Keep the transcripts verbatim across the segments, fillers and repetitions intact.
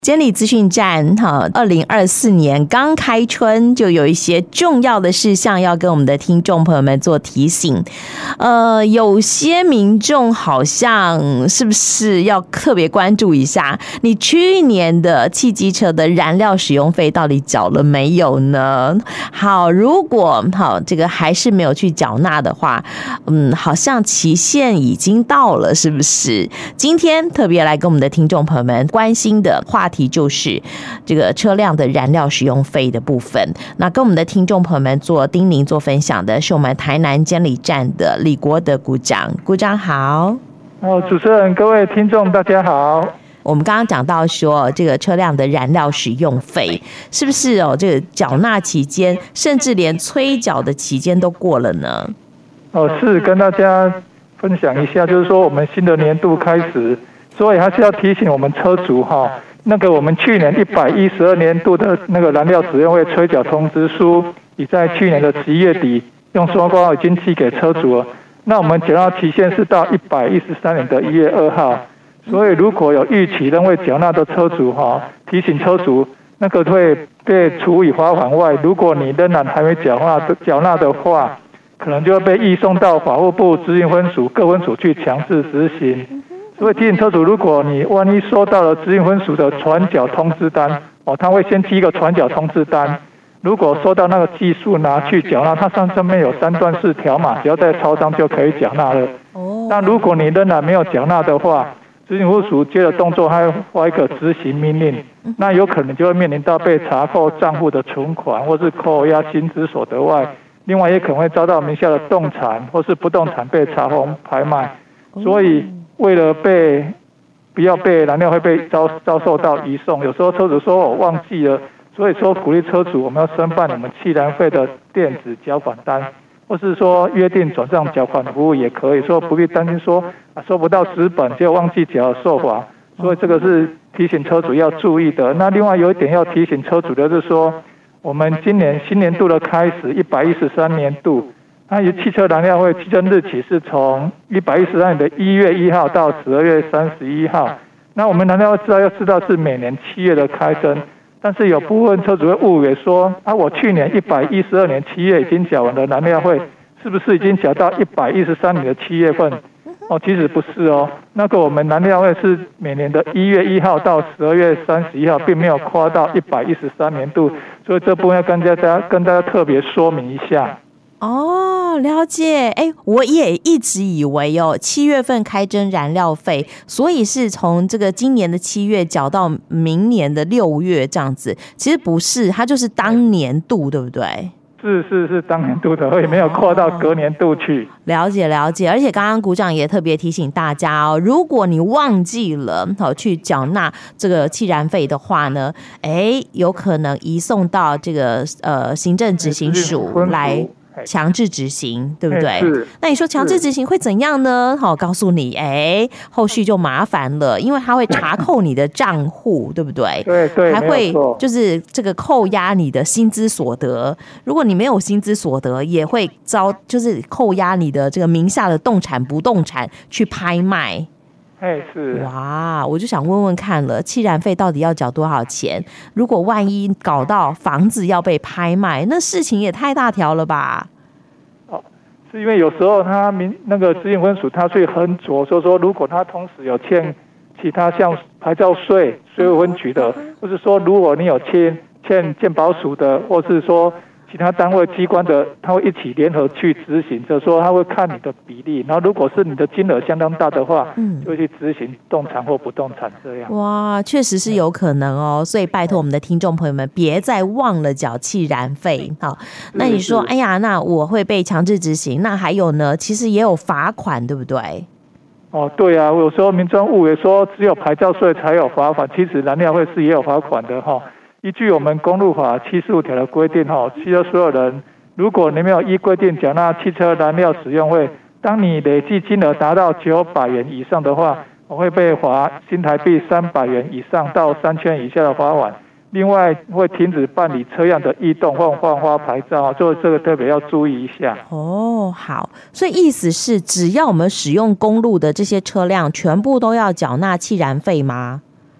监理资讯站哈，二零二四年刚开春，就有一些重要的事项要跟我们的听众朋友们做提醒。呃，有些民众好像是不是要特别关注一下，你去年的汽机车的燃料使用费到底缴了没有呢？好，如果好这个还是没有去缴纳的话，嗯，好像期限已经到了，是不是？今天特别来跟我们的听众朋友们关心的话题。题就是这个车辆的燃料使用费的部分。那跟我们的听众朋友们做叮咛、做分享的是我们台南监理站的李国德股长。股长好。 哦，主持人、各位听众，大家好。 我们刚刚讲到说，这个车辆的燃料使用费是不是哦？这个缴纳期间，甚至连催缴的期间都过了呢？ 哦，是跟大家分享一下，就是说我们新的年度开始，所以还是要提醒我们车主哈。那个我们去年一百一十二年度的那个燃料使用费催缴通知书，已在去年的十一月底用双挂号已经寄给车主了。那我们缴纳期限是到一百一十三年的一月二号，所以如果有逾期仍未缴纳的车主哈，提醒车主那个会被处以罚款外，如果你仍然还没缴纳缴纳的话，可能就会被移送到法务部资讯分署各分署去强制执行。所以提醒车主，如果你万一收到了资讯分署的传缴通知单，哦，他会先寄一个传缴通知单。如果收到那个技术拿去缴纳，它上上面有三段式条码，只要在超商就可以缴纳了。哦。那如果你仍然没有缴纳的话，资讯分署接着动作，还会发一个执行命令，那有可能就会面临到被查扣账户的存款，或是扣押薪资所得外，另外也可能会遭到名下的动产或是不动产被查封拍卖。所以为了被不要被燃料会被遭遭受到移送，有时候车主说我忘记了，所以说鼓励车主我们要申办我们汽燃费的电子缴款单，或是说约定转账缴款服务也可以，说不必担心说啊收不到纸本就忘记缴受罚，所以这个是提醒车主要注意的。那另外有一点要提醒车主的是说，我们今年新年度的开始一百一十三年度。那汽车燃料费计征日起是从一百一十二年的一月一号到十二月三十一号。那我们燃料知道要知道是每年七月的开征，但是有部分车主会误以为说，啊，我去年一百一十二年七月已经缴完了燃料费，是不是已经缴到一百一十三年的七月份？哦，其实不是哦。那个我们燃料费是每年的一月一号到十二月三十一号，并没有跨到一百一十三年度，所以这部分要跟大家跟大家特别说明一下。 哦，了解。哎，我也一直以为哦，七月份开征燃料费，所以是从这个今年的七月缴到明年的六月这样子。其实不是，它就是当年度，对不对？ 是是是，当年度的，所以没有扩到隔年度去。 哦、了解了解，而且刚刚股长也特别提醒大家哦，如果你忘记了好去缴纳这个汽燃费的话呢，哎，有可能移送到这个呃行政执行署来强制执行，对不对？那你说强制执行会怎样呢？好，告诉你，哎，后续就麻烦了，因为他会查扣你的账户，对不对？ 对对， 还会就是这个扣押你的薪资所得。如果你没有薪资所得，也会遭就是扣押你的这个名下的动产、不动产去拍卖。 哎，是哇，我就想问问看了，汽燃费到底要缴多少钱？如果万一搞到房子要被拍卖，那事情也太大条了吧？ 哦，是因为有时候他民那个资讯分署他去衡酌，所以说如果他同时有欠其他像牌照税、税务分局的，或是说如果你有欠欠健保署的，或是说其他单位机关的，他会一起联合去执行，就是说他会看你的比例，然后如果是你的金额相当大的话，嗯，就会去执行动产或不动产这样。 哇，确实是有可能哦，所以拜托我们的听众朋友们，别再忘了缴汽燃费。好，那你说，哎呀，那我会被强制执行，那还有呢？其实也有罚款，对不对？ 哦，对啊，有时候民众误以为说只有牌照税才有罚款，其实燃料费是也有罚款的哈。依据我们公路法七十五条的规定，汽车所有人，如果你没有依规定缴纳汽车燃料使用费，当你累计金额达到九百元以上的话，我会被罚新台币三百元以上到三千元以下的罚款。另外会停止办理车辆的异动或换发牌照，所以这个特别要注意一下。 哦，好，所以意思是，只要我们使用公路的这些车辆，全部都要缴纳汽燃费吗？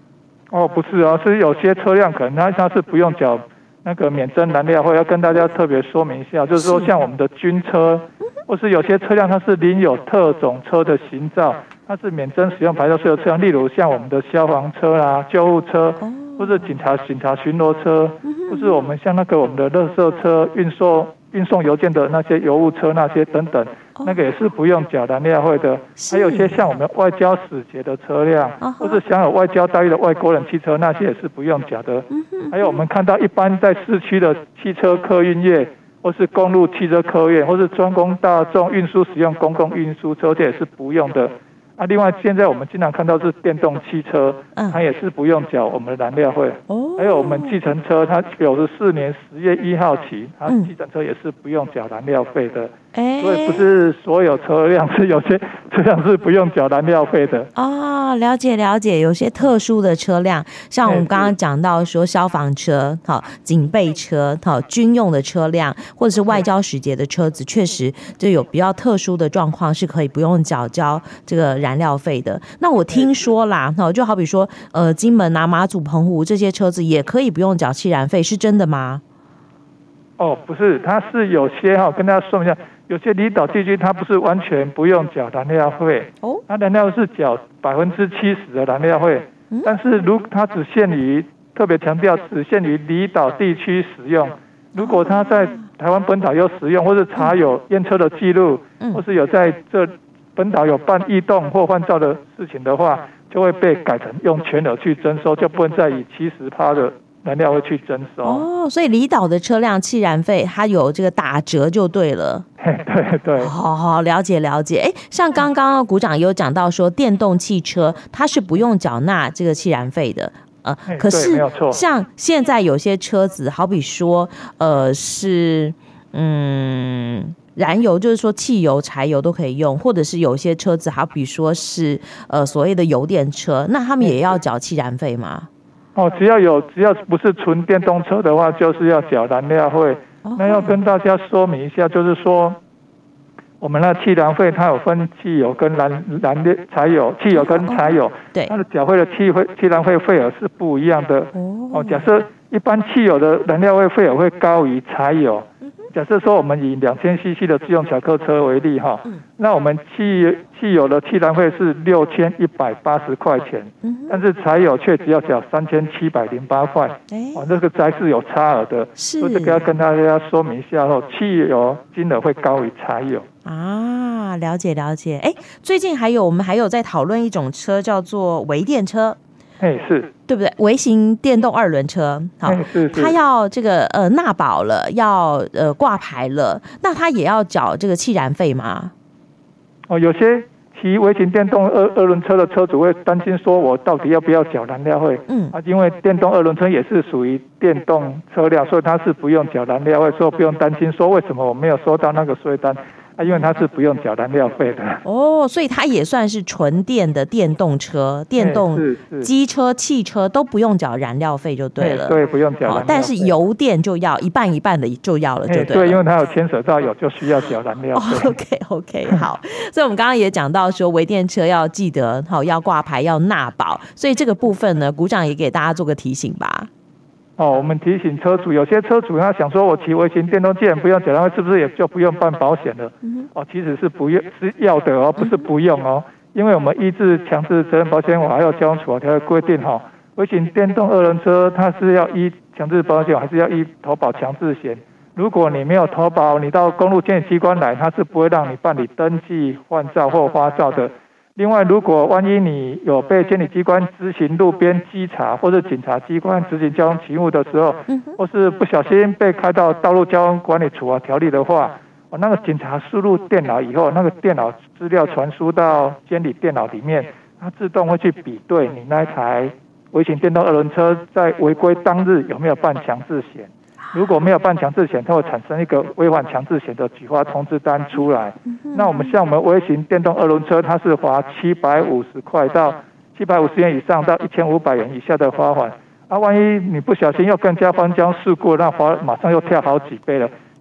哦，不是哦，是有些车辆可能它它是不用缴那个免征燃料费，要跟大家特别说明一下，就是说像我们的军车，或是有些车辆它是领有特种车的行照，它是免征使用牌照税的车辆，例如像我们的消防车啦、救护车，或是警察警察巡逻车，或是我们像那个我们的垃圾车、运送运送邮件的那些邮务车那些等等，那个也是不用缴燃料费的。还有一些像我们外交使节的车辆，或是享有外交待遇的外国人汽车，那些也是不用缴的。还有我们看到一般在市区的汽车客运业，或是公路汽车客运，或是专供大众运输使用公共运输车，这也是不用的。啊，另外现在我们经常看到是电动汽车，它也是不用缴我们的燃料费。哦，还有我们计程车，它九十四年十月一号起，它计程车也是不用缴燃料费的。哎，所以不是所有车辆，是有些车辆是不用缴燃料费的。 哦，了解了解，有些特殊的车辆，像我们刚刚讲到说消防车、好警备车、好军用的车辆，或者是外交使节的车子，确实就有比较特殊的状况，是可以不用缴交这个燃料费的。那我听说啦，就好比说，呃，金门啊、马祖、澎湖这些车子也可以不用缴汽燃费，是真的吗？ 哦，不是，它是有些哈，跟大家说明一下，有些离岛地区它不是完全不用缴燃料费，哦，它燃料是缴百分之七十的燃料费，嗯，但是如它只限于，特别强调只限于离岛地区使用，如果它在台湾本岛有使用，或是查有验车的记录，嗯，或是有在这本岛有办异动或换照的事情的话，就会被改成用全额去征收，就不能再以七十趴的燃料会去征收。 哦，所以离岛的车辆汽燃费它有这个打折就对了。 对对， 好好了解了解。哎，像刚刚股长有讲到说，电动汽车它是不用缴纳这个汽燃费的。呃，可是像现在有些车子，好比说，呃，是嗯。燃油就是说汽油、柴油都可以用，或者是有些车子，好比说是呃所谓的油电车，那他们也要缴汽燃费吗？ 哦，只要有只要不是纯电动车的话，就是要缴燃料费。哦，那要跟大家说明一下，就是说我们那汽燃费它有分汽油跟燃燃料柴油，汽油跟柴油，哦，对，它的缴费的汽费汽燃费费额是不一样的。哦，哦，假设一般汽油的燃料费费额会高于柴油。假设说我们以两千 C C 的自用小客车为例哈，嗯，那我们汽汽油的汽燃费是六千一百八十块钱，嗯，但是柴油却只要缴三千七百零八块，哎，哦，这个还是有差额的，所以这个要跟大家说明一下哦，汽油金额会高于柴油啊，了解了解。哎，最近还有我们还有在讨论一种车叫做微电车。 哎，是对不对？微型电动二轮车，好，是是它要这个呃纳保了，要呃挂牌了，那它也要缴这个汽燃费吗？ 哦，有些骑微型电动二二轮车的车主会担心说，我到底要不要缴燃料费？嗯，啊，因为电动二轮车也是属于电动车辆，所以它是不用缴燃料费，所以不用担心说为什么我没有收到那个税单。啊，因为它是不用缴燃料费的哦，所以它也算是纯电的电动车、电动机车、汽车都不用缴燃料费就对了。 对，不用缴燃料费。 但是油电就要一半一半的就要了，就对了。 对，因为它有牵扯到油，就需要缴燃料费。 OK OK， 好。所以我们刚刚也讲到说，微电车要记得好要挂牌要纳保，所以这个部分呢，股长也给大家做个提醒吧。 哦，我们提醒车主，有些车主他想说，我骑微型电动既然不用缴燃费，是不是也就不用办保险了？嗯，哦，其实是不用，是要的哦，不是不用哦。因为我们依制强制责任保险法还有交通处罚条例规定哈，微型电动二轮车它是要依强制保险，还是要依投保强制险？如果你没有投保，你到公路监理机关来，它是不会让你办理登记、换照或发照的。另外，如果万一你有被监理机关执行路边稽查，或是警察机关执行交通勤务的时候，或是不小心被开到道路交通管理处罚条例的话，那个警察输入电脑以后，那个电脑资料传输到监理电脑里面，它自动会去比对你那一台微型电动二轮车在违规当日有没有办强制险。如果没有办强制险，它会产生一个违反强制险的举发通知单出来。那我们像我们微型电动二轮车，它是罚七百五十块到七百五十元以上到一千五百元以下的罚款。啊，万一你不小心又更加翻交事故，那罚马上又跳好几倍了。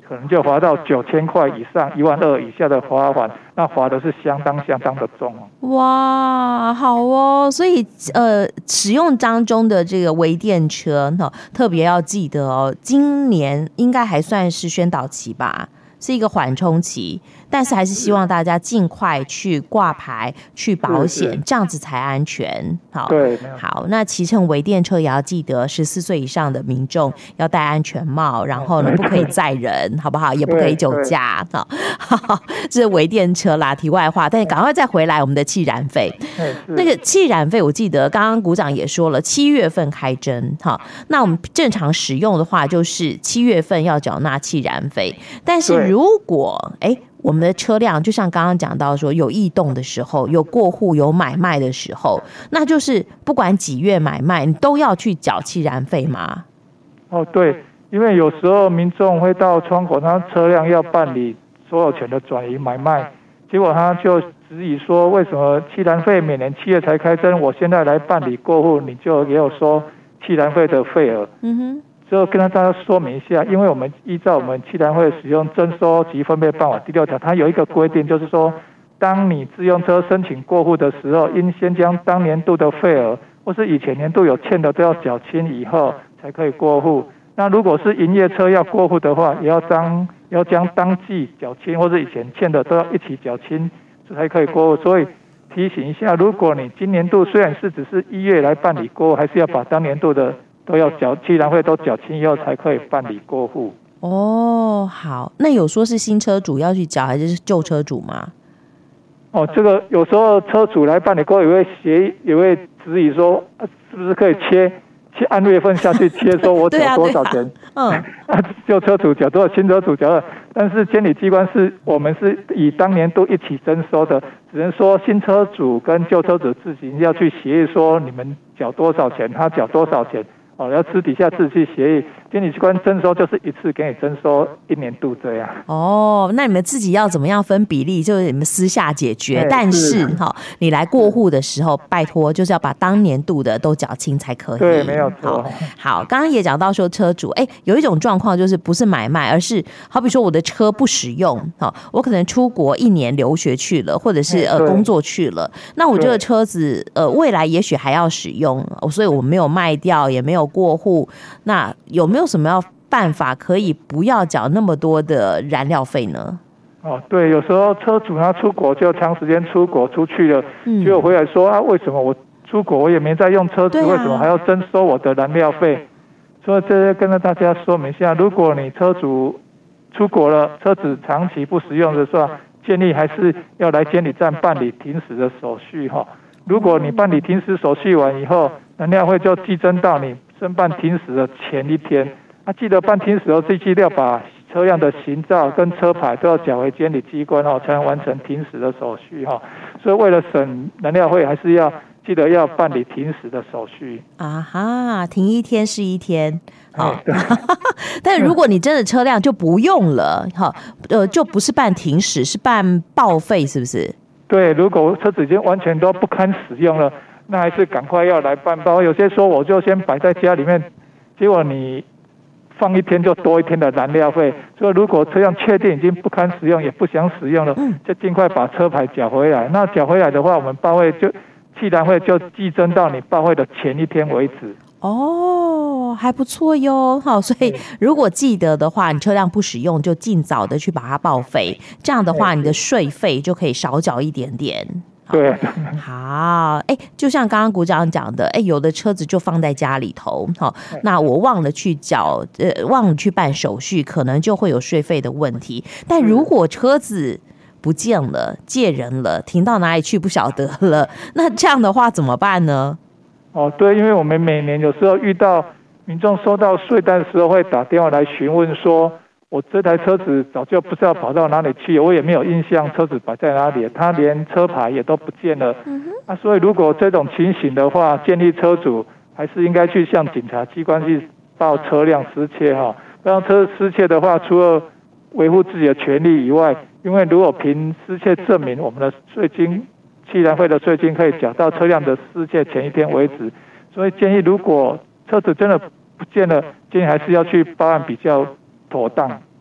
可能就罚到九千块以上一万二以下的罚款，那罚的是相当相当的重。 哇，好哦，所以呃，使用当中的这个微电车，特别要记得哦，今年应该还算是宣导期吧。是一个缓冲期，但是还是希望大家尽快去挂牌、去保险，这样子才安全。好， 对， 好，那骑乘微电车也要记得，十四岁以上的民众要戴安全帽，然后呢不可以载人，好不好？也不可以酒驾。好，好，这是微电车啦。题外话，但是赶快再回来我们的汽燃费。那个汽燃费，我记得刚刚股长也说了，七月份开征。好，那我们正常使用的话，就是七月份要缴纳汽燃费，但是如果哎，我们的车辆就像刚刚讲到说有异动的时候，有过户有买卖的时候，那就是不管几月买卖，你都要去缴汽燃费吗？ 哦，对，因为有时候民众会到窗口，他车辆要办理所有权的转移买卖，结果他就质疑说，为什么汽燃费每年七月才开征，我现在来办理过户，你就给我收汽燃费的费额？嗯哼。之后跟大家说明一下，因为我们依照我们汽燃费使用征收及分配办法第六条，它有一个规定，就是说，当你自用车申请过户的时候，应先将当年度的费额或是以前年度有欠的都要缴清以后才可以过户。那如果是营业车要过户的话，也要当要将当季缴清或是以前欠的都要一起缴清，才可以过户。所以提醒一下，如果你今年度虽然是只是一月来办理过户，还是要把当年度的都要缴汽燃费都缴清以后才可以办理过户。 哦，好，那有说是新车主要去缴还是旧车主吗？ 哦，这个有时候车主来办理过后也会协也会质疑说、啊，是不是可以切切按月份下去切，说我缴多少钱？啊啊、嗯，旧车主缴多少，新车主缴多少？但是监理机关是我们是以当年度一起征收的，只能说新车主跟旧车主自行要去协议说你们缴多少钱，他缴多少钱。哦，要私底下自己去协议，监理机关征收就是一次给你征收一年度这样。 哦，那你们自己要怎么样分比例，就是你们私下解决。但是哈、哦，你来过户的时候，拜托就是要把当年度的都缴清才可以。 对，没有错。 好，刚刚也讲到说车主，哎，有一种状况就是不是买卖，而是好比说我的车不使用，好，我可能出国一年留学去了，或者是呃工作去了，那我这个车子呃未来也许还要使用，所以我没有卖掉，也没有过户，那有没有什么要办法可以不要缴那么多的燃料费呢？ 哦，对，有时候车主他出国就长时间出国出去了，嗯、结果回来说啊，为什么我出国我也没在用车子，啊、为什么还要征收我的燃料费？所以这跟大家说明一下，如果你车主出国了，车子长期不使用的话，建议还是要来监理站办理停驶的手续哈。如果你办理停驶手续完以后，燃料费就寄征到你申办停驶的前一天，啊，记得办停驶后，最记得要把车辆的行照跟车牌都要缴回监理机关哦，才能完成停驶的手续哈。所以为了省燃料费，还是要记得要办理停驶的手续。 啊哈，停一天是一天，好。但如果你真的车辆就不用了，好，呃，就不是办停驶，是办报废，是不是？ 对，如果车子已经完全都不堪使用了，那还是赶快要来办报。有些说我就先摆在家里面，结果你放一天就多一天的燃料费。所以如果车辆确定已经不堪使用，也不想使用了，就尽快把车牌缴回来。那缴回来的话，我们报废就汽燃费就寄征到你报废的前一天为止。 哦，还不错哟。好，所以如果记得的话，你车辆不使用就尽早的去把它报废，这样的话你的税费就可以少缴一点点。 对， 好，哎，就像刚刚股长讲的，哎，有的车子就放在家里头，好，那我忘了去缴，呃，忘了去办手续，可能就会有税费的问题。但如果车子不见了、借人了、停到哪里去不晓得了，那这样的话怎么办呢？ 哦，对，因为我们每年有时候遇到民众收到税单的时候，会打电话来询问说，我这台车子早就不知道跑到哪里去，我也没有印象车子摆在哪里，他连车牌也都不见了。嗯哼。啊，所以如果这种情形的话，建议车主还是应该去向警察机关去报车辆失窃哈。让车失窃的话，除了维护自己的权利以外，因为如果凭失窃证明，我们的税金、汽燃费的税金可以缴到车辆的失窃前一天为止。所以建议，如果车子真的不见了，建议还是要去报案比较妥当。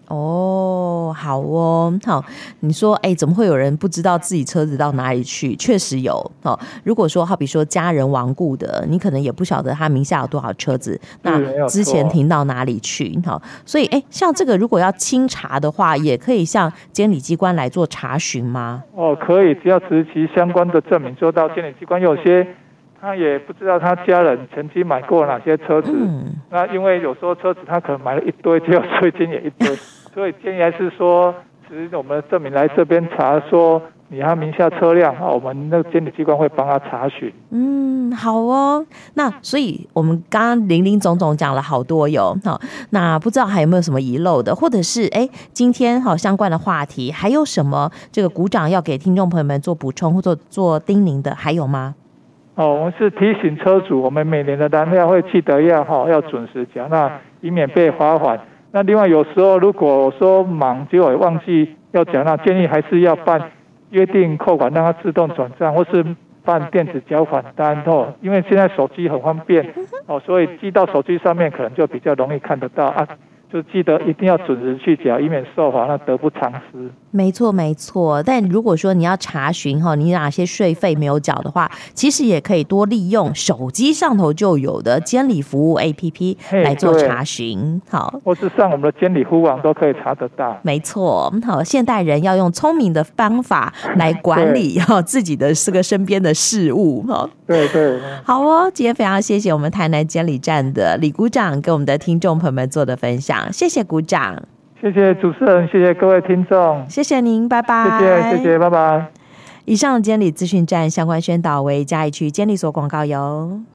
哦，好哦，好，你说，哎，怎么会有人不知道自己车子到哪里去？确实有哦。如果说，好比说家人亡故的，你可能也不晓得他名下有多少车子，那之前停到哪里去？好，所以，哎，像这个如果要清查的话，也可以向监理机关来做查询吗？ 哦，可以，只要持其相关的证明，就到监理机关。有些他也不知道他家人曾经买过哪些车子，嗯、那因为有时候车子他可能买了一堆，结果税金也一堆。所以建议还是说，其实我们的证明来这边查说你他名下车辆，我们那个监理机关会帮他查询。 嗯，好哦。那所以我们刚刚林林总总讲了好多有，好，那不知道还有没有什么遗漏的，或者是哎，今天好相关的话题还有什么这个股长要给听众朋友们做补充或者做叮咛的，还有吗？ 哦，我们是提醒车主，我们每年的燃料会记得要哈要准时缴纳，以免被罚款。那另外有时候如果说忙结果忘记要缴纳，建议还是要办约定扣款，让它自动转账，或是办电子缴款单哦。因为现在手机很方便哦，所以寄到手机上面可能就比较容易看得到啊。就记得一定要准时去缴，以免受罚，那得不偿失。 没错没错，但如果说你要查询哈，你哪些税费没有缴的话，其实也可以多利用手机上头就有的监理服务 A P P 来做查询。好， 或是上我们的监理服务网都可以查得到。 没错，好，现代人要用聪明的方法来管理哈自己的这个身边的事物哈。 对对， 好哦，今天非常谢谢我们台南监理站的李股长跟我们的听众朋友们做的分享，谢谢股长。 谢谢主持人，谢谢各位听众， 谢谢您，拜拜。 谢谢谢谢，拜拜。 以上监理资讯站相关宣导为嘉义区监理所广告由。